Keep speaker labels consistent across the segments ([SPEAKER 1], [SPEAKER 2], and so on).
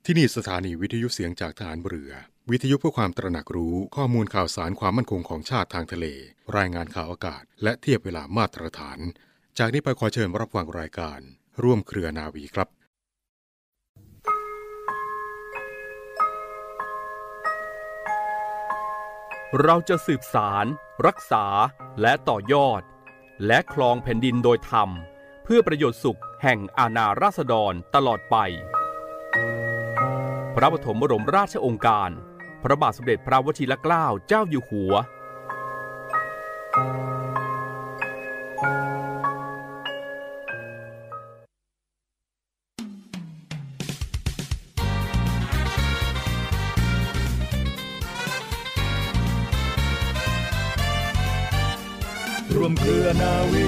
[SPEAKER 1] ที่นี่สถานีวิทยุเสียงจากทหารเรือวิทยุเพื่อความตระหนักรู้ข้อมูลข่าวสารความมั่นคงของชาติทางทะเลรายงานข่าวอากาศและเทียบเวลามาตรฐานจากนี้ไปขอเชิญรับฟังรายการร่วมเครือนาวีครับ
[SPEAKER 2] เราจะสืบสารรักษาและต่อยอดและครองแผ่นดินโดยธรรมเพื่อประโยชน์สุขแห่งอาณาราษฎรตลอดไปพระปฐมบรมราชโองการพระบาทสมเด็จพระวชิรเกล้าเจ้าอยู่หัว
[SPEAKER 3] ร่วมเครือนาวี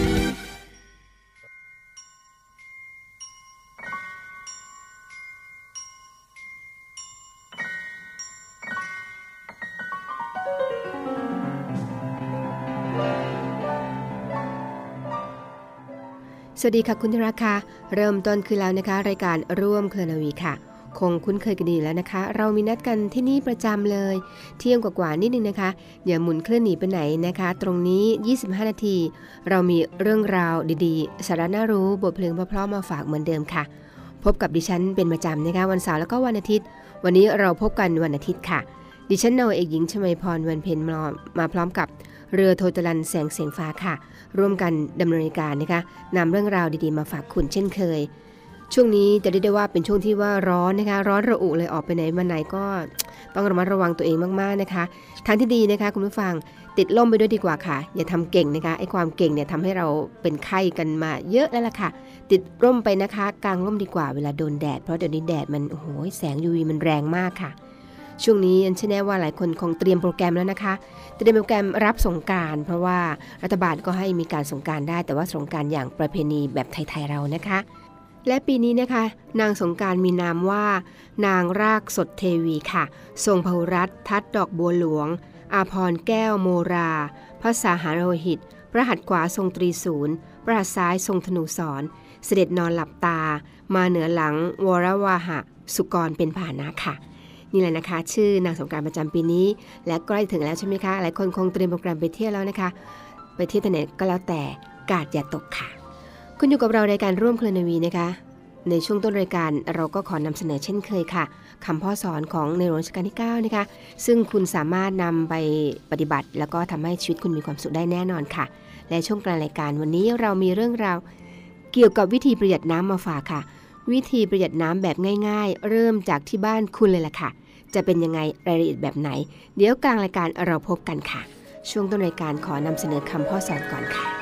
[SPEAKER 4] สวัสดีค่ะคุณธราค่ะเริ่มต้นคือแล้วนะคะรายการร่วมเครือนาวีค่ะคงคุ้นเคยกันดีแล้วนะคะเรามีนัดกันที่นี่ประจำเลยเที่ยงกว่าๆนิดนึงนะคะอย่าหมุนเคลื่อนหนีไปไหนนะคะตรงนี้25นาทีเรามีเรื่องราวดีๆสาระน่ารู้บทเพลงเพราะๆมาฝากเหมือนเดิมค่ะพบกับดิฉันเป็นประจำนะคะวันเสาร์แล้วก็วันอาทิตย์วันนี้เราพบกันวันอาทิตย์ค่ะดิฉันนาวาเอกหญิงชมาพรวันเพ็ญมาพร้อมกับเรือโทจรัญแสงเสียงฟ้าค่ะร่วมกันดำเนินการนะคะนำเรื่องราวดีๆมาฝากคุณเช่นเคยช่วงนี้จะเรียกได้ว่าเป็นช่วงที่ว่าร้อนนะคะร้อนระอุเลยออกไปไหนมาไหนก็ต้องระมัดระวังตัวเองมากๆนะคะทางที่ดีนะคะคุณผู้ฟังติดร่มไปด้วยดีกว่าค่ะอย่าทำเก่งนะคะไอ้ความเก่งเนี่ยทำให้เราเป็นไข้กันมาเยอะแล้วล่ะค่ะติดร่มไปนะคะกางร่มดีกว่าเวลาโดนแดดเพราะเดี๋ยวนี้แดดมันโอ้โหแสง UV มันแรงมากค่ะช่วงนี้อันเชื่อแน่ว่าหลายคนคงเตรียมโปรแกรมแล้วนะคะเตรียมโปรแกรมรับสงกรานต์เพราะว่ารัฐบาลก็ให้มีการสงกรานต์ได้แต่ว่าสงกรานต์อย่างประเพณีแบบไทยๆเรานะคะและปีนี้นะคะนางสงกรานต์มีนามว่านางรากสดเทวีค่ะทรงพหุรัตน์ทัดดอกบัวหลวงอาภรณ์แก้วโมราพระสาหาโลหิตพระหัตถ์ขวาทรงตรีศูนย์พระหัตถ์ซ้ายทรงธนูศรเสด็จนอนหลับตามาเหนือหลังวรวาหะสุกรเป็นพาหนะค่ะนี่แหละนะคะชื่อนางสงกรานต์ประจำปีนี้และใกล้ถึงแล้วใช่ไหมคะหลายคนคงเตรียมโปรแกรมไปเที่ยวแล้วนะคะไปเที่ยวที่ไหนก็แล้วแต่กาดอย่าตกค่ะคุณอยู่กับเราในการร่วมเครือนาวีนะคะในช่วงต้นรายการเราก็ขอนำเสนอเช่นเคยค่ะคำพ่อสอนของในหลวงรัชกาลที่9นะคะซึ่งคุณสามารถนำไปปฏิบัติแล้วก็ทำให้ชีวิตคุณมีความสุขได้แน่นอนค่ะและช่วงกลางรายการวันนี้เรามีเรื่องราวเกี่ยวกับวิธีประหยัดน้ำมาฝากค่ะวิธีประหยัดน้ำแบบง่ายๆเริ่มจากที่บ้านคุณเลยล่ะค่ะจะเป็นยังไงรายละเอียดแบบไหนเดี๋ยวกลางรายการเราพบกันค่ะช่วงต้นรายการขอนำเสนอคำพ่อสอนก่อนค่ะ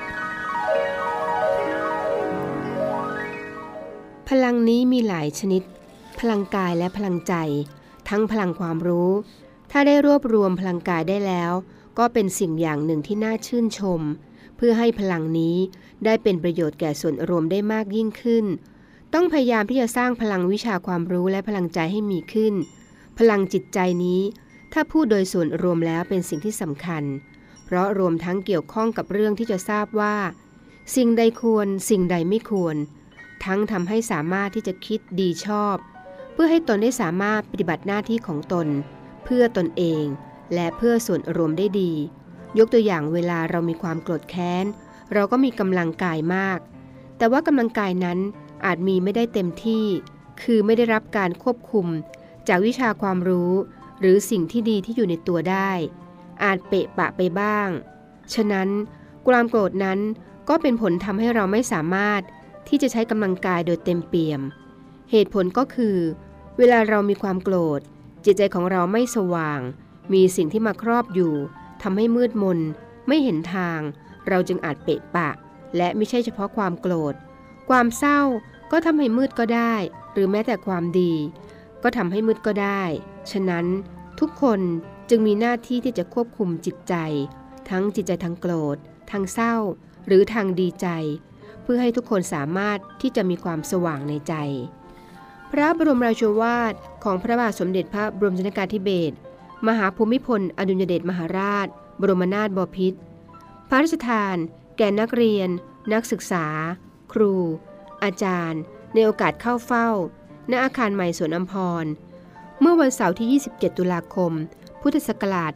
[SPEAKER 4] พลังนี้มีหลายชนิดพลังกายและพลังใจทั้งพลังความรู้ถ้าได้รวบรวมพลังกายได้แล้วก็เป็นสิ่งอย่างหนึ่งที่น่าชื่นชมเพื่อให้พลังนี้ได้เป็นประโยชน์แก่ส่วนรวมได้มากยิ่งขึ้นต้องพยายามที่จะสร้างพลังวิชาความรู้และพลังใจให้มีขึ้นพลังจิตใจนี้ถ้าพูดโดยส่วนรวมแล้วเป็นสิ่งที่สำคัญเพราะรวมทั้งเกี่ยวข้องกับเรื่องที่จะทราบว่าสิ่งใดควรสิ่งใดไม่ควรทั้งทำให้สามารถที่จะคิดดีชอบเพื่อให้ตนได้สามารถปฏิบัติหน้าที่ของตนเพื่อตนเองและเพื่อส่วนรวมได้ดียกตัวอย่างเวลาเรามีความโกรธแค้นเราก็มีกำลังกายมากแต่ว่ากำลังกายนั้นอาจมีไม่ได้เต็มที่คือไม่ได้รับการควบคุมจากวิชาความรู้หรือสิ่งที่ดีที่อยู่ในตัวได้อาจเปะปะไปบ้างฉะนั้นความโกรธนั้นก็เป็นผลทำให้เราไม่สามารถที่จะใช้กำลังกายโดยเต็มเปี่ยมเหตุผลก็คือเวลาเรามีความโกรธจิตใจของเราไม่สว่างมีสิ่งที่มาครอบอยู่ทำให้มืดมนไม่เห็นทางเราจึงอาจเปะปะและไม่ใช่เฉพาะความโกรธความเศร้าก็ทำให้มืดก็ได้หรือแม้แต่ความดีก็ทำให้มืดก็ได้ฉะนั้นทุกคนจึงมีหน้าที่ที่จะควบคุมจิตใจทั้งจิตใจทางโกรธทางเศร้าหรือทางดีใจเพื่อให้ทุกคนสามารถที่จะมีความสว่างในใจพระบรมราโชวาทของพระบาทสมเด็จพระบรมชนกาธิเบศรมหาภูมิพลอดุลยเดชมหาราชบรมนาถบพิตรพระราชทานแก่นักเรียนนักศึกษาครูอาจารย์ในโอกาสเข้าเฝ้าณอาคารใหม่สวนอัมพรเมื่อวันเสาร์ที่ 27 ตุลาคม พุทธศักราช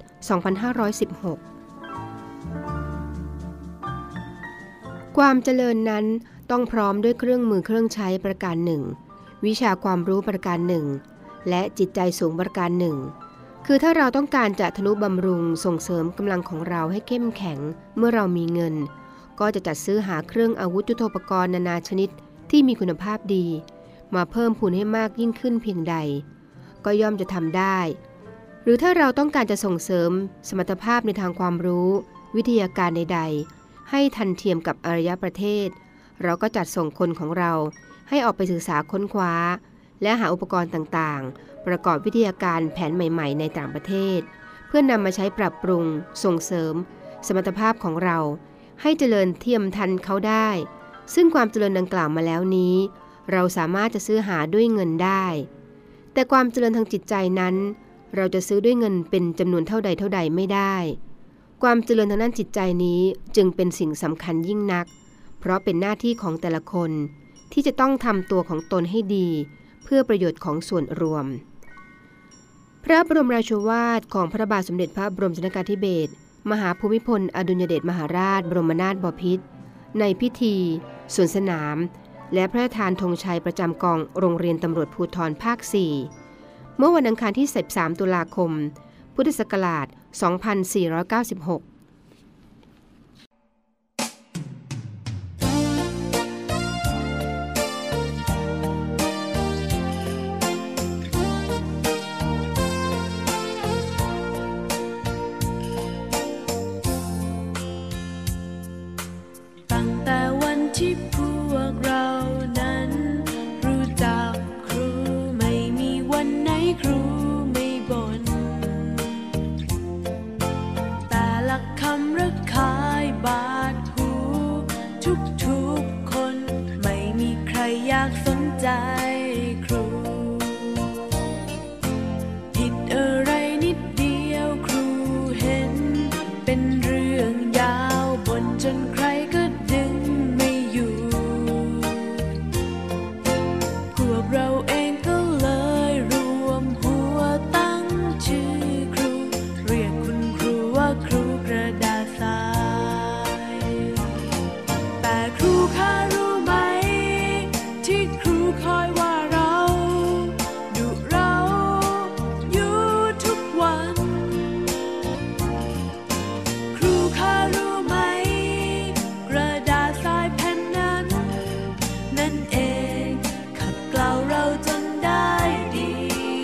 [SPEAKER 4] 2516 ความเจริญนั้นต้องพร้อมด้วยเครื่องมือเครื่องใช้ประการหนึ่งวิชาความรู้ประการหนึ่งและจิตใจสูงประการหนึ่งคือถ้าเราต้องการจะทนุบำรุงส่งเสริมกำลังของเราให้เข้มแข็งเมื่อเรามีเงินก็จะจัดซื้อหาเครื่องอาวุธยุทโธปกรณ์นานาชนิดที่มีคุณภาพดีมาเพิ่มพูนให้มากยิ่งขึ้นเพียงใดก็ย่อมจะทำได้หรือถ้าเราต้องการจะส่งเสริมสมรรถภาพในทางความรู้วิทยาการใดๆให้ทันเทียมกับอารยประเทศเราก็จัดส่งคนของเราให้ออกไปศึกษาค้นคว้าและหาอุปกรณ์ต่างๆประกอบวิทยาการแผนใหม่ๆในต่างประเทศเพื่อนำมาใช้ปรับปรุงส่งเสริมสมรรถภาพของเราให้เจริญเทียมทันเขาได้ซึ่งความเจริญดังกล่าวมาแล้วนี้เราสามารถจะซื้อหาด้วยเงินได้แต่ความเจริญทางจิตใจนั้นเราจะซื้อด้วยเงินเป็นจำนวนเท่าใดไม่ได้ความเจริญทางด้านจิตใจนี้จึงเป็นสิ่งสำคัญยิ่งนักเพราะเป็นหน้าที่ของแต่ละคนที่จะต้องทำตัวของตนให้ดีเพื่อประโยชน์ของส่วนรวมพระบรมราโชวาทของพระบาทสมเด็จพระบรมชนกาธิเบศรมหาภูมิพลอดุลยเดชมหาราชบรมนาถบพิตรในพิธีสวนสนามและพระราชทานธงชัยประจำกองโรงเรียนตำรวจภูธรภาค 4 เมื่อวันอังคารที่ 13 ตุลาคม พุทธศักราช 2496
[SPEAKER 5] ที่พวกเรานั้นรู้จักครูไม่มีวันไหนครูไม่บ่นแต่ละคำระคายบาดหูทุกคนไม่มีใครอยากสนใจครูผิดอะไรนิดเดียวครูเห็นเป็นเรื่องยาวบ่นจนใครก็ดึงเราเองก็เลยรวมหัวตั้งชื่อครูเรียกคุณครูว่าครูกระดาษทรายแต่ครูคะรู้ไหมที่ครูคอยว่าเราดุเราอยู่ทุกวันครูคะรู้ไหมกระดาษทรายแผ่นนั้นนั่นเองเราจนได้ดี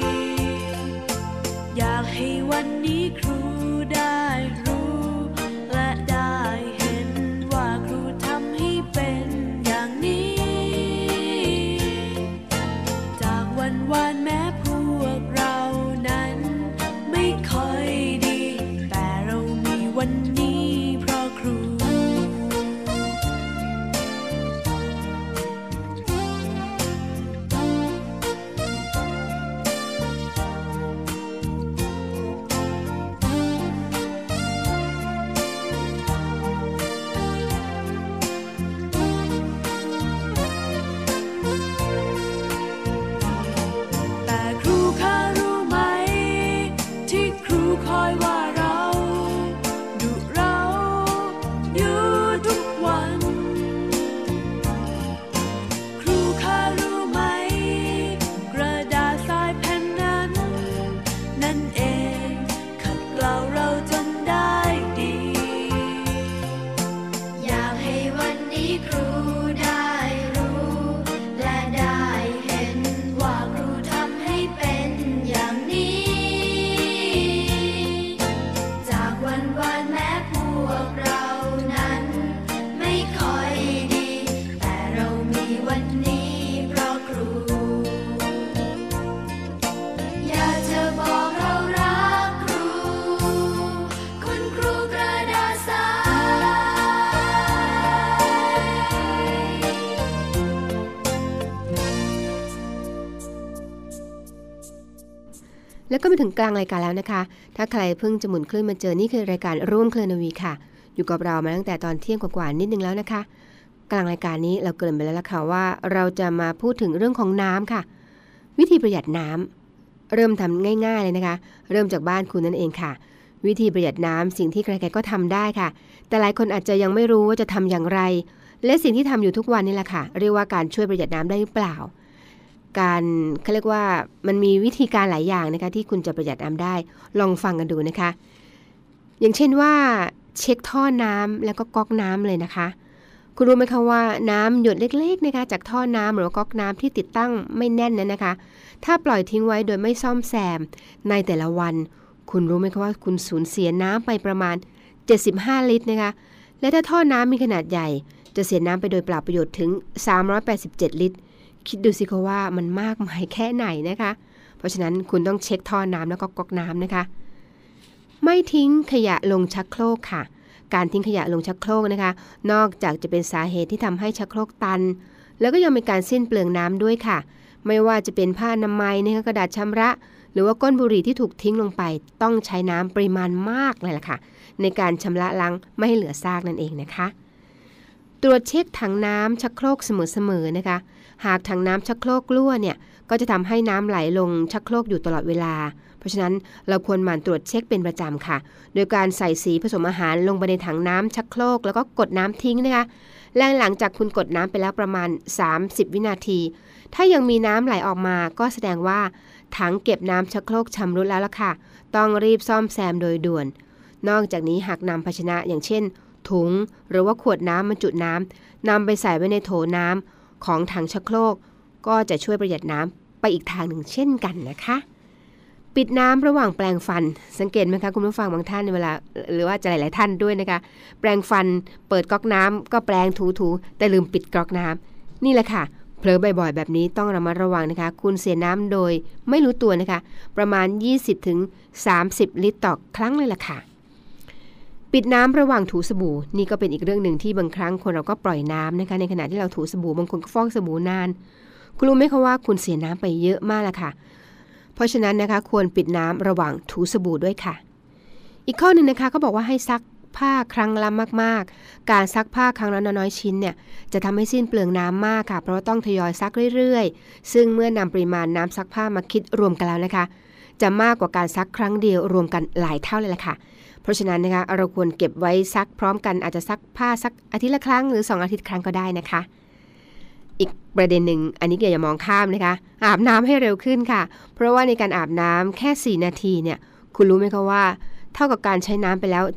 [SPEAKER 5] อยากให้วันนี้ครูได้รู้และได้เห็นว่าครูทำให้เป็นอย่างนี้จากวันแม้พวกเรานั้นไม่ค่อยดีแต่เรามีวันนี้เพราะครู
[SPEAKER 4] แล้วก็มาถึงกลางรายการแล้วนะคะถ้าใครเพิ่งจะหมุนคลื่นมาเจอนี่คือรายการร่วมเครือนาวีค่ะอยู่กับเรามาตั้งแต่ตอนเที่ยงกว่าๆนิดนึงแล้วนะคะกลางรายการนี้เราเกริ่นไปแล้วล่ะค่ะว่าเราจะมาพูดถึงเรื่องของน้ำค่ะวิธีประหยัดน้ำเริ่มทำง่ายๆเลยนะคะเริ่มจากบ้านคุณนั่นเองค่ะวิธีประหยัดน้ำสิ่งที่ใครๆก็ทำได้ค่ะแต่หลายคนอาจจะยังไม่รู้ว่าจะทำอย่างไรและสิ่งที่ทำอยู่ทุกวันนี่แหละค่ะเรียกว่าการช่วยประหยัดน้ำได้หรือเปล่าการเขาเรียกว่ามันมีวิธีการหลายอย่างนะคะที่คุณจะประหยัดน้ำได้ลองฟังกันดูนะคะอย่างเช่นว่าเช็คท่อน้ำแล้วก็ก๊อกน้ำเลยนะคะคุณรู้ไหมคะว่าน้ำหยดเล็กๆนะคะจากท่อน้ำหรือว่าก๊อกน้ำที่ติดตั้งไม่แน่นนั้นนะคะถ้าปล่อยทิ้งไว้โดยไม่ซ่อมแซมในแต่ละวันคุณรู้ไหมคะว่าคุณสูญเสียน้ำไปประมาณ75ลิตรนะคะและถ้าท่อน้ำมีขนาดใหญ่จะเสียน้ำไปโดยเปล่าประโยชน์ถึง387ลิตรคิดดูสิคะว่ามันมากมายแค่ไหนนะคะเพราะฉะนั้นคุณต้องเช็คท่อน้ำแล้วก็ก๊อกน้ำนะคะไม่ทิ้งขยะลงชักโครกค่ะการทิ้งขยะลงชักโครกนะคะนอกจากจะเป็นสาเหตุที่ทำให้ชักโครกตันแล้วก็ยังเป็นการสิ้นเปลืองน้ำด้วยค่ะไม่ว่าจะเป็นผ้าอนามัยนะคะกระดาษชำระหรือว่าก้นบุหรี่ที่ถูกทิ้งลงไปต้องใช้น้ำปริมาณมากเลยล่ะค่ะในการชำระล้างไม่ให้เหลือซากนั่นเองนะคะตรวจเช็คถังน้ำชักโครกเสมอๆนะคะหากถังน้ำชักโครกรั่วเนี่ยก็จะทำให้น้ำไหลลงชักโครกอยู่ตลอดเวลาเพราะฉะนั้นเราควรหมั่นตรวจเช็คเป็นประจำค่ะโดยการใส่สีผสมอาหารลงไปในถังน้ำชักโครกแล้วก็กดน้ำทิ้งนะคะและหลังจากคุณกดน้ำไปแล้วประมาณ30วินาทีถ้ายังมีน้ำไหลออกมาก็แสดงว่าถังเก็บน้ำชักโครกชำรุดแล้วล่ะค่ะต้องรีบซ่อมแซมโดยด่วนนอกจากนี้หากนำภาชนะอย่างเช่นถุงหรือว่าขวดน้ำบรรจุน้ำนำไปใส่ไว้ในโถน้ำของถังชักโครกก็จะช่วยประหยัดน้ำไปอีกทางหนึ่งเช่นกันนะคะปิดน้ำระหว่างแปรงฟันสังเกตไหมคะคุณผู้ฟังบางท่านในเวลาหรือว่าจะหลายๆท่านด้วยนะคะแปรงฟันเปิดก๊อกน้ำก็แปรงถูๆแต่ลืมปิดก๊อกน้ำนี่แหละค่ะเผลอบ่อยๆแบบนี้ต้องระมัดระวังนะคะคุณเสียน้ำโดยไม่รู้ตัวนะคะประมาณ 20-30 ลิตรต่อครั้งเลยล่ะค่ะปิดน้ำระหว่างถูสบู่นี่ก็เป็นอีกเรื่องหนึ่งที่บางครั้งคนเราก็ปล่อยน้ำนะคะในขณะที่เราถูสบู่บางคนก็ฟอกสบู่นานคุณรู้ไหมคะว่าคุณเสียน้ำไปเยอะมากล่ะค่ะเพราะฉะนั้นนะคะควรปิดน้ำระหว่างถูสบู่ด้วยค่ะอีกข้อหนึ่งนะคะเขาบอกว่าให้ซักผ้าครั้งละมากๆการซักผ้าครั้งละน้อยๆชิ้นเนี่ยจะทำให้สิ้นเปลืองน้ำมากค่ะเพราะว่าต้องทยอยซักเรื่อยๆซึ่งเมื่อนำปริมาณน้ำซักผ้ามาคิดรวมกันแล้วนะคะจะมากกว่าการซักครั้งเดียวรวมกันหลายเท่าเลยล่ะค่ะเพราะฉะนั้นนะคะเราควรเก็บไว้ซักพร้อมกันอาจจะซักผ้าสักอาทิตย์ละครั้งหรือ2อาทิตย์ครั้งก็ได้นะคะอีกประเด็นหนึ่งอันนี้อย่ามองข้ามนะคะอาบน้ำให้เร็วขึ้นค่ะเพราะว่าในการอาบน้ำแค่4นาทีเนี่ยคุณรู้ไหมคะว่าเท่ากับการใช้น้ำไปแล้ว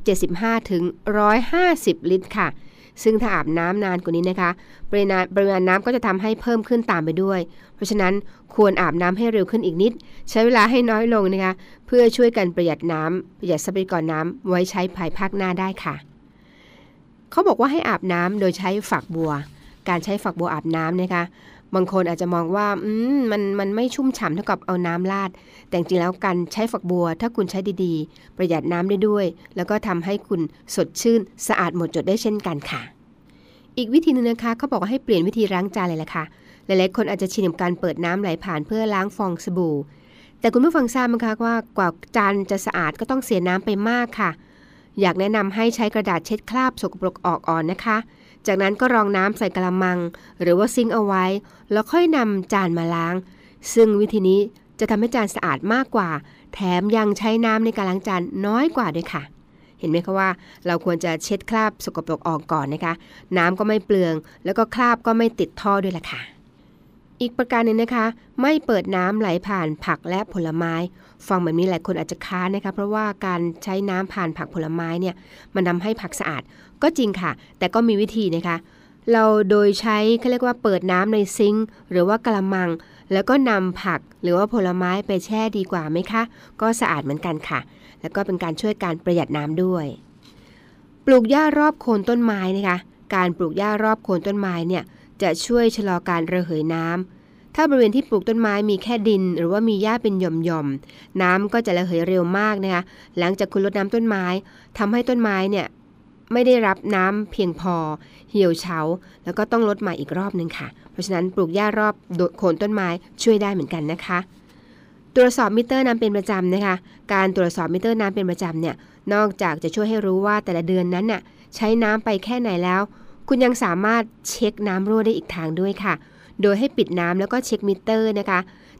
[SPEAKER 4] 75-150 ลิตรค่ะซึ่งถ้าอาบน้ำนานกว่านี้นะคะปริมาณน้ำก็จะทำให้เพิ่มขึ้นตามไปด้วยเพราะฉะนั้นควรอาบน้ำให้เร็วขึ้นอีกนิดใช้เวลาให้น้อยลงนะคะเพื่อช่วยกันประหยัดน้ำประหยัดทรัพยากรน้ำไว้ใช้ภายภาคหน้าได้ค่ะเขาบอกว่าให้อาบน้ำโดยใช้ฝักบัวการใช้ฝักบัวอาบน้ำนะคะบางคนอาจจะมองว่ามันไม่ชุ่มฉ่ำเท่ากับเอาน้ำราดแต่จริงแล้วการใช้ฝักบัวถ้าคุณใช้ดีๆประหยัดน้ำได้ด้วยแล้วก็ทำให้คุณสดชื่นสะอาดหมดจดได้เช่นกันค่ะอีกวิธีนึงนะคะเขาบอกว่าให้เปลี่ยนวิธีล้างจานเลยล่ะค่ะหลายๆคนอาจจะชินกับการเปิดน้ำไหลผ่านเพื่อล้างฟองสบู่แต่คุณผู้ฟังทราบไหมคะว่ากว่าจานจะสะอาดก็ต้องเสียน้ำไปมากค่ะอยากแนะนำให้ใช้กระดาษเช็ดคราบสกปรกออกก่อนนะคะจากนั้นก็รองน้ำใส่กระมังหรือว่าซิงค์เอาไว้แล้วค่อยนำจานมาล้างซึ่งวิธีนี้จะทำให้จานสะอาดมากกว่าแถมยังใช้น้ำในการล้างจานน้อยกว่าด้วยค่ะเห็นไหมคะว่าเราควรจะเช็ดคราบสกปรกออกก่อนนะคะน้ำก็ไม่เปลืองแล้วก็คราบก็ไม่ติดท่อด้วยล่ะค่ะอีกประการหนึ่งนะคะไม่เปิดน้ำไหลผ่านผักและผลไม้ฟังแบบนี้หลายคนอาจจะค้านนะคะเพราะว่าการใช้น้ำผ่านผักผลไม้เนี่ยมันทำให้ผักสะอาดก็จริงค่ะแต่ก็มีวิธีนะคะเราโดยใช้เขาเรียกว่าเปิดน้ำในซิงค์หรือว่ากระมังแล้วก็นำผักหรือว่าผลไม้ไปแช่ดีกว่าไหมคะก็สะอาดเหมือนกันค่ะแล้วก็เป็นการช่วยการประหยัดน้ำด้วยปลูกหญ้ารอบโคนต้นไม้นะคะการปลูกหญ้ารอบโคนต้นไม้เนี่ยจะช่วยชะลอการระเหยน้ำถ้าบริเวณที่ปลูกต้นไม้มีแค่ดินหรือว่ามีหญ้าเป็นหย่อมๆน้ำก็จะระเหยเร็วมากนะคะหลังจากคุณรดน้ำต้นไม้ทำให้ต้นไม้เนี่ยไม่ได้รับน้ำเพียงพอเหี่ยวเฉาแล้วก็ต้องรดใหม่อีกรอบนึงค่ะเพราะฉะนั้นปลูกหญ้ารอบโคนต้นไม้ช่วยได้เหมือนกันนะคะตรวจสอบมิเตอร์น้ำเป็นประจำนะคะการตรวจสอบมิเตอร์น้ำเป็นประจำเนี่ยนอกจากจะช่วยให้รู้ว่าแต่ละเดือนนั้นน่ะใช้น้ำไปแค่ไหนแล้วคุณยังสามารถเช็คน้ำรั่วได้อีกทางด้วยค่ะโดยให้ปิดน้ำแล้วก็เช็คมิเตอร์นะคะ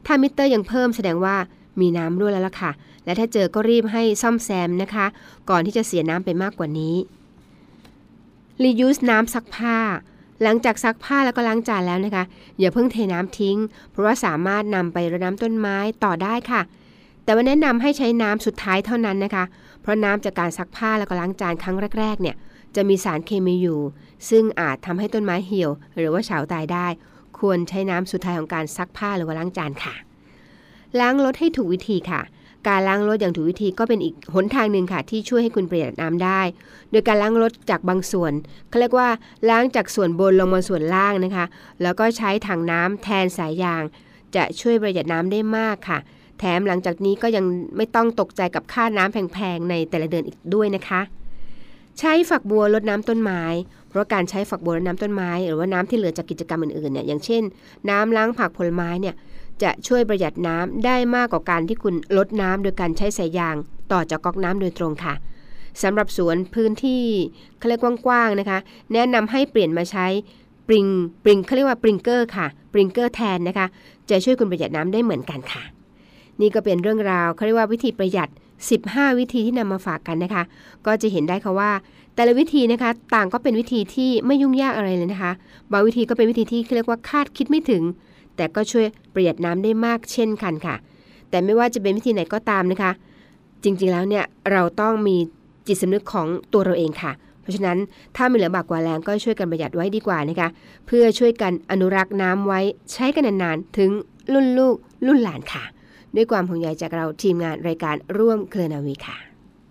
[SPEAKER 4] ถ้ามิเตอร์ยังเพิ่มแสดงว่ามีน้ำรั่วแล้วล่ะค่ะและถ้าเจอก็รีบให้ซ่อมแซมนะคะก่อนที่จะเสียน้ำไปมากกว่านี้ reuse น้ำซักผ้าหลังจากซักผ้าแล้วก็ล้างจานแล้วนะคะอย่าเพิ่งเทน้ำทิ้งเพราะว่าสามารถนำไปรดน้ำต้นไม้ต่อได้ค่ะแต่ว่าแนะนำให้ใช้น้ำสุดท้ายเท่านั้นนะคะเพราะน้ำจากการซักผ้าแล้วก็ล้างจานครั้งแรกๆเนี่ยจะมีสารเคมีอยู่ซึ่งอาจทำให้ต้นไม้เหี่ยวหรือว่าเฉาตายได้ควรใช้น้ำสุดท้ายของการซักผ้าหรือว่าล้างจานค่ะล้างรถให้ถูกวิธีค่ะการล้างรถอย่างถูกวิธีก็เป็นอีกหนทางหนึ่งค่ะที่ช่วยให้คุณประหยัดน้ำได้โดยการล้างรถจากบางส่วนเขาเรียกว่าล้างจากส่วนบนลงมาส่วนล่างนะคะแล้วก็ใช้ถังน้ำแทนสายยางจะช่วยประหยัดน้ำได้มากค่ะแถมหลังจากนี้ก็ยังไม่ต้องตกใจกับค่าน้ำแพงๆในแต่ละเดือนอีกด้วยนะคะใช้ฝักบัวรดน้ำต้นไม้เพราะการใช้ฝักบัวรดน้ำต้นไม้หรือว่าน้ำที่เหลือจากกิจกรรมอื่นๆเนี่ยอย่างเช่นน้ำล้างผักผลไม้เนี่ยจะช่วยประหยัดน้ำได้มากกว่าการที่คุณลดน้ำโดยการใช้สายยางต่อจากก๊อกน้ำโดยตรงค่ะสำหรับสวนพื้นที่เขาเรียกกว้างๆนะคะแนะนำให้เปลี่ยนมาใช้ปริงเขาเรียกว่าปริงเกอร์ค่ะปริงเกอร์แทนนะคะจะช่วยคุณประหยัดน้ำได้เหมือนกันค่ะนี่ก็เป็นเรื่องราวเขาเรียกว่าวิธีประหยัด15วิธีที่นำมาฝากกันนะคะก็จะเห็นได้ค่ะว่าแต่ละวิธีนะคะต่างก็เป็นวิธีที่ไม่ยุ่งยากอะไรเลยนะคะบางวิธีก็เป็นวิธีที่เรียกว่าคาดคิดไม่ถึงแต่ก็ช่วยประหยัดน้ำได้มากเช่นกันค่ะแต่ไม่ว่าจะเป็นวิธีไหนก็ตามนะคะจริงๆแล้วเนี่ยเราต้องมีจิตสำนึกของตัวเราเองค่ะเพราะฉะนั้นถ้าไม่เหลือบากกว่าแรงก็ช่วยกันประหยัดไว้ดีกว่านะคะเพื่อช่วยกันอนุรักษ์น้ำไว้ใช้กันนานๆถึงรุ่นลูกรุ่นหลานค่ะด้วยความห่วงใยจากเราทีมงานรายการร่วมเครือนาวีค่ะ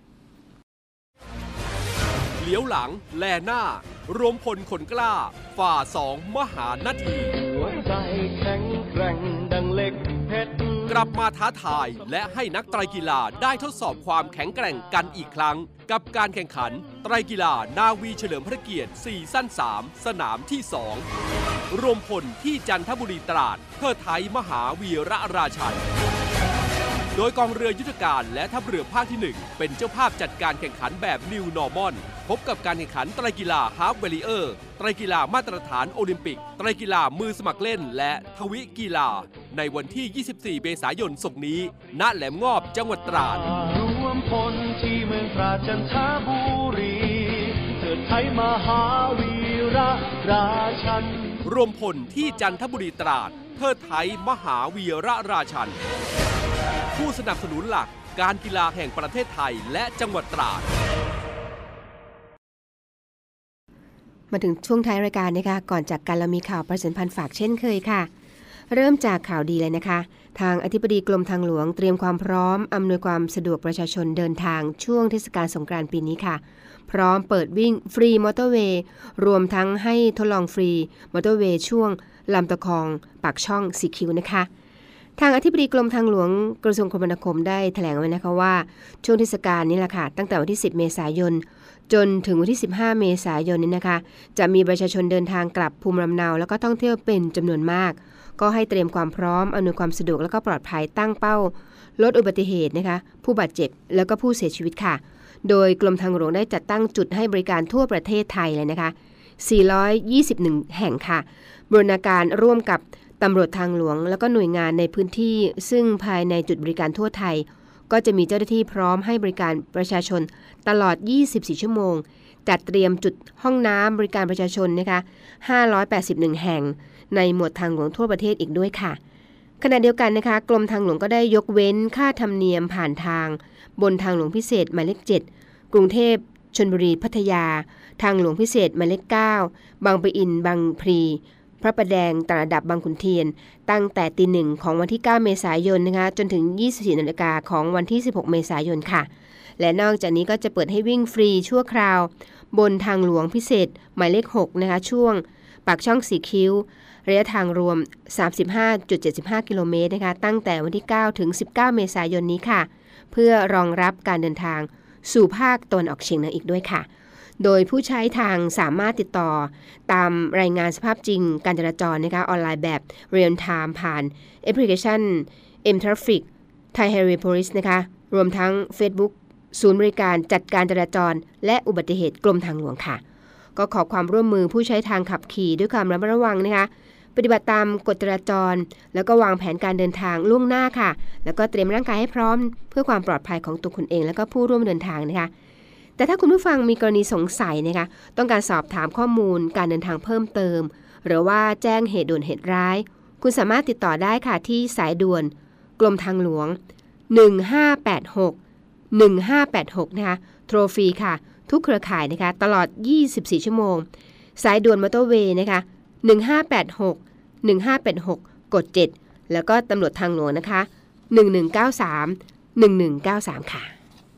[SPEAKER 2] เลี้ยวหลังแลหน้ารวมพลคนกล้าฝ่า2 มหานาที
[SPEAKER 3] หัวใจแข็งแกร่งดังเหล็กเพชร
[SPEAKER 2] กลับมาท้าทายและให้นักไตรกีฬาได้ทดสอบความแข็งแกร่งกันอีกครั้งกับการแข่งขันไตรกีฬานาวีเฉลิมพระเกียรติซีซั่น3สนามที่2รวมพลที่จันทบุรีตราดเทิดไทยมหาวีระราชันโดยกองเรือยุทธการและทัพเรือภาคที่1เป็นเจ้าภาพจัดการแข่งขันแบบ New Normal พบกับการแข่งขันไตรกีฬาฮาล์ฟเวลิเออร์ไตรกีฬามาตรฐานโอลิมปิกไตรกีฬามือสมัครเล่นและทวิกีฬาในวันที่ 24 เมษายนศกนี้ณแหลมงอบจังหวัดตราด
[SPEAKER 3] รวมพลที่เมืองตราดจันทบุรีเทิดไทยมหาวีระราชัน
[SPEAKER 2] รวมพลที่จันทบุรีตราดเทิดไทยมหาวีระราชันผู้สนับสนุนหลักการกีฬาแห่งประเทศไทยและจังหวัดตราด
[SPEAKER 4] มาถึงช่วงท้ายรายการนะคะก่อนจากกันเรามีข่าวประชาสัมพันธ์ฝากเช่นเคยค่ะเริ่มจากข่าวดีเลยนะคะทางอธิบดีกรมทางหลวงเตรียมความพร้อมอำนวยความสะดวกประชาชนเดินทางช่วงเทศกาลสงกรานต์ปีนี้ค่ะพร้อมเปิดวิ่งฟรีมอเตอร์เวย์รวมทั้งให้ทดลองฟรีมอเตอร์เวย์ช่วงลำตะคองปากช่องสีคิ้วนะคะทางอธิบดีกรมทางหลวงกระทรวงคมนาคมได้แถลงไว้นะคะว่าช่วงเทศกาลนี้แหละค่ะตั้งแต่วันที่10เมษายนจนถึงวันที่15เมษายนนี้นะคะจะมีประชาชนเดินทางกลับภูมิลำเนาแล้วก็ท่องเที่ยวเป็นจำนวนมากก็ให้เตรียมความพร้อมอำนวยความสะดวกและก็ปลอดภัยตั้งเป้าลดอุบัติเหตุนะคะผู้บาดเจ็บแล้วก็ผู้เสียชีวิตค่ะโดยกรมทางหลวงได้จัดตั้งจุดให้บริการทั่วประเทศไทยเลยนะคะ421แห่งค่ะบูรณาการร่วมกับตำรวจทางหลวงแล้วก็หน่วยงานในพื้นที่ซึ่งภายในจุดบริการทั่วไทยก็จะมีเจ้าหน้าที่พร้อมให้บริการประชาชนตลอด24ชั่วโมงจัดเตรียมจุดห้องน้ำบริการประชาชนนะคะ581แห่งในหมวดทางหลวงทั่วประเทศอีกด้วยค่ะขณะเดียวกันนะคะกรมทางหลวงก็ได้ยกเว้นค่าธรรมเนียมผ่านทางบนทางหลวงพิเศษหมายเลข7กรุงเทพชลบุรีพัทยาทางหลวงพิเศษหมายเลข9บางปะอินบางพลีพระประแดงต่างระดับบางขุนเทียนตั้งแต่ตี 1ของวันที่9เมษายนนะคะจนถึง 24 นาฬิกาของวันที่16เมษายนค่ะและนอกจากนี้ก็จะเปิดให้วิ่งฟรีชั่วคราวบนทางหลวงพิเศษหมายเลข6นะคะช่วงปากช่องสีคิ้วระยะทางรวม 35.75 กิโลเมตรนะคะตั้งแต่วันที่9ถึง19เมษายนนี้ค่ะเพื่อรองรับการเดินทางสู่ภาคตะวันออกเฉียงเหนืออีกด้วยค่ะโดยผู้ใช้ทางสามารถติดต่อตามรายงานสภาพจริงการจราจรนะคะออนไลน์แบบเรียลไทม์ผ่านแอปพลิเคชัน M-Traffic Thai Highway Police นะคะรวมทั้ง Facebook ศูนย์บริการจัดการจราจรและอุบัติเหตุกรมทางหลวงค่ะก็ขอความร่วมมือผู้ใช้ทางขับขี่ด้วยความระมัดระวังนะคะปฏิบัติตามกฎจราจรแล้วก็วางแผนการเดินทางล่วงหน้าค่ะแล้วก็เตรียมร่างกายให้พร้อมเพื่อความปลอดภัยของตัวคุณเองแล้วก็ผู้ร่วมเดินทางนะคะแต่ถ้าคุณผู้ฟังมีกรณีสงสัยนะคะต้องการสอบถามข้อมูลการเดินทางเพิ่มเติมหรือว่าแจ้งเหตุด่วนเหตุร้ายคุณสามารถติดต่อได้ค่ะที่สายด่วนกรมทางหลวง1586นะคะโทรฟรีค่ะทุกเครือข่ายนะคะตลอด24ชั่วโมงสายด่วนมอเตอร์เวย์นะคะ1586กด7แล้วก็ตำรวจทางหลวงนะคะ1193ค่ะ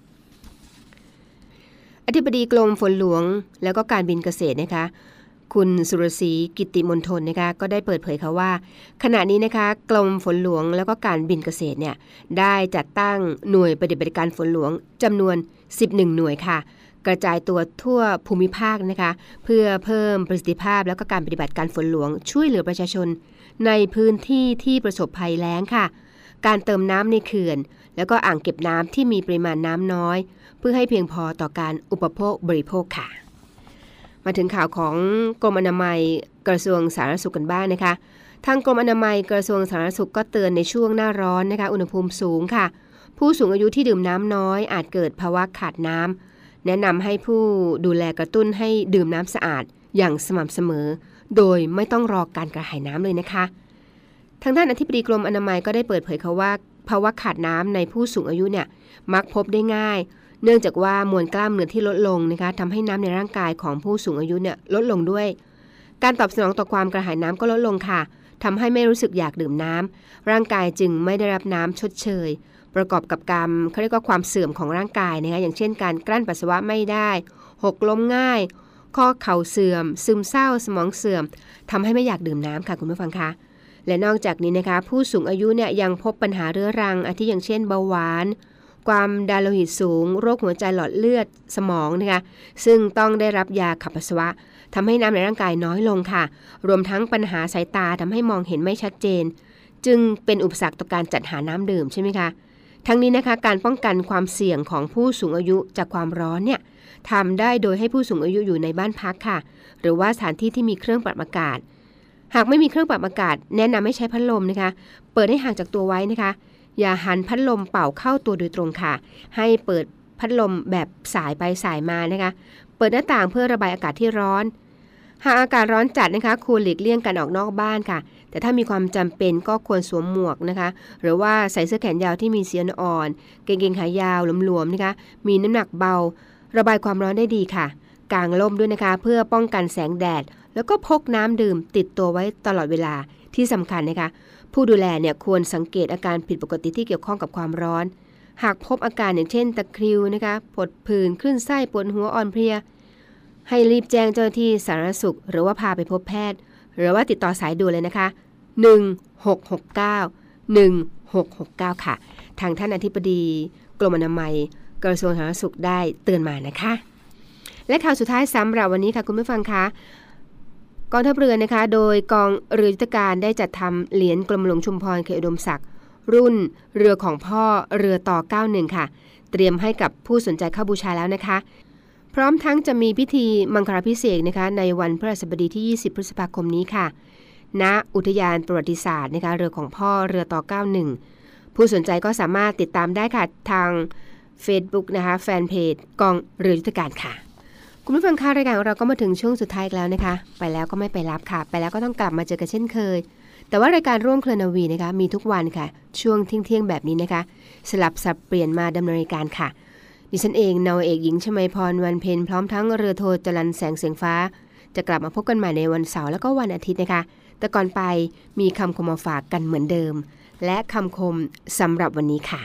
[SPEAKER 4] อธิบดีกรมฝนหลวงแล้วก็การบินเกษตรนะคะคุณสุรศรีกิติมณฑลนะคะก็ได้เปิดเผยค่ะว่าขณะนี้นะคะกรมฝนหลวงแล้วก็การบินเกษตรเนี่ยได้จัดตั้งหน่วยปฏิบัติการฝนหลวงจำนวน11หน่วยค่ะกระจายตัวทั่วภูมิภาคนะคะเพื่อเพิ่มประสิทธิภาพแล้วก็การปฏิบัติการฝนหลวงช่วยเหลือประชาชนในพื้นที่ที่ประสบภัยแล้งค่ะการเติมน้ำในเขื่อนแล้วก็อ่างเก็บน้ำที่มีปริมาณน้ำน้อยเพื่อให้เพียงพอต่อการอุปโภคบริโภคค่ะมาถึงข่าวของกรมอนามัยกระทรวงสาธารณสุขกันบ้างนะคะทางกรมอนามัยกระทรวงสาธารณสุขก็เตือนในช่วงหน้าร้อนนะคะอุณหภูมิสูงค่ะผู้สูงอายุที่ดื่มน้ำน้อยอาจเกิดภาวะขาดน้ำแนะนำให้ผู้ดูแลกระตุ้นให้ดื่มน้ำสะอาดอย่างสม่ำเสมอโดยไม่ต้องรอการกระหายน้ำเลยนะคะทางด้านอธิบดีกรมอนามัยก็ได้เปิดเผยค่ะว่าภาวะขาดน้ำในผู้สูงอายุเนี่ยมักพบได้ง่ายเนื่องจากว่ามวลกล้ามเนื้อที่ลดลงนะคะทำให้น้ำในร่างกายของผู้สูงอายุเนี่ยลดลงด้วยการตอบสนองต่อความกระหายน้ำก็ลดลงค่ะทำให้ไม่รู้สึกอยากดื่มน้ำร่างกายจึงไม่ได้รับน้ำชดเชยประกอบกับการเขาเรียกว่าความเสื่อมของร่างกายนะคะอย่างเช่นการกลั้นปัสสาวะไม่ได้หกล้มง่ายข้อเข่าเสื่อมซึมเศร้าสมองเสื่อมทำให้ไม่อยากดื่มน้ำค่ะคุณผู้ฟังคะและนอกจากนี้นะคะผู้สูงอายุเนี่ยยังพบปัญหาเรื้อรังอาทิอย่างเช่นเบาหวานความดันโลหิตสูงโรคหัวใจหลอดเลือดสมองนะคะซึ่งต้องได้รับยาขับปัสสาวะทำให้น้ำในร่างกายน้อยลงค่ะรวมทั้งปัญหาสายตาทำให้มองเห็นไม่ชัดเจนจึงเป็นอุปสรรคต่อการจัดหาน้ำดื่มใช่ไหมคะทั้งนี้นะคะการป้องกันความเสี่ยงของผู้สูงอายุจากความร้อนเนี่ยทำได้โดยให้ผู้สูงอายุอยู่ในบ้านพักค่ะหรือว่าสถานที่ที่มีเครื่องปรับอากาศหากไม่มีเครื่องปรับอากาศแนะนำให้ใช้พัดลมนะคะเปิดให้ห่างจากตัวไว้นะคะอย่าหันพัดลมเป่าเข้าตัวโดยตรงค่ะให้เปิดพัดลมแบบสายไปสายมานะคะเปิดหน้าต่างเพื่อระบายอากาศที่ร้อนหากอากาศร้อนจัดนะคะควรหลีกเลี่ยงการออกนอกบ้านค่ะแต่ถ้ามีความจำเป็นก็ควรสวมหมวกนะคะหรือว่าใส่เสื้อแขนยาวที่มีสีอ่อนกางเกงขายาวหลวมๆนะคะมีน้ำหนักเบาระบายความร้อนได้ดีค่ะกางร่มด้วยนะคะเพื่อป้องกันแสงแดดแล้วก็พกน้ำดื่มติดตัวไว้ตลอดเวลาที่สำคัญนะคะผู้ดูแลเนี่ยควรสังเกตอาการผิดปกติที่เกี่ยวข้องกับความร้อนหากพบอาการอย่างเช่นตะคริวนะคะปวดผื่นคลื่นไส้ปวดหัวอ่อนเพลียให้รีบแจ้งเจ้าหน้าที่สาธารณสุขหรือว่าพาไปพบแพทย์หรือว่าติดต่อสายด่วนเลยนะคะ1669ค่ะทางท่านอธิบดีกรมอนามัยกระทรวงสาธารณสุขได้เตือนมานะคะและข่าวสุดท้ายสำหรับวันนี้ค่ะคุณผู้ฟังคะกองทัพเรือนะคะโดยกองเรือยุทธการได้จัดทำเหรียญกรมหลวงชุมพรเขตอุดมศักดิ์รุ่นเรือของพ่อเรือต่อ91ค่ะเตรียมให้กับผู้สนใจเข้าบูชาแล้วนะคะพร้อมทั้งจะมีพิธีมังคลาภิเษกนะคะในวันพฤหัสบดีที่20พฤษภาคมนี้ค่ะณอุทยานประวัติศาสตร์นะคะเรือของพ่อเรือต่อ91ผู้สนใจก็สามารถติดตามได้ค่ะทาง Facebook นะคะแฟนเพจกองเรือยุทธการค่ะคุณผู้ฟังคะรายการของเราก็มาถึงช่วงสุดท้ายแล้วนะคะไปแล้วก็ไม่ไปรับค่ะไปแล้วก็ต้องกลับมาเจอกันเช่นเคยแต่ว่ารายการร่วมเครือนาวีนะคะมีทุกวันค่ะช่วงเที่ยงแบบนี้นะคะสลับสับเปลี่ยนมาดำเนินรายการค่ะดิฉันเองนาวเอกหญิงชมัยพรวันเพ็ญพร้อมทั้งเรือโทจรัญแสงเสียงฟ้าจะกลับมาพบกันใหม่ในวันเสาร์แล้วก็วันอาทิตย์นะคะแต่ก่อนไปมีคำคมมาฝากกันเหมือนเดิมและคำคมสำหรับวันนี้ค่ะ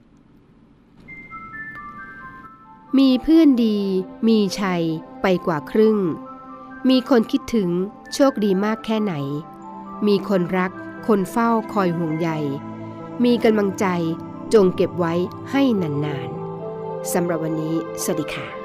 [SPEAKER 4] มีเพื่อนดีมีชัยไปกว่าครึ่งมีคนคิดถึงโชคดีมากแค่ไหนมีคนรักคนเฝ้าคอยห่วงใยมีกำลังใจจงเก็บไว้ให้นานๆสำหรับวันนี้สวัสดีค่ะ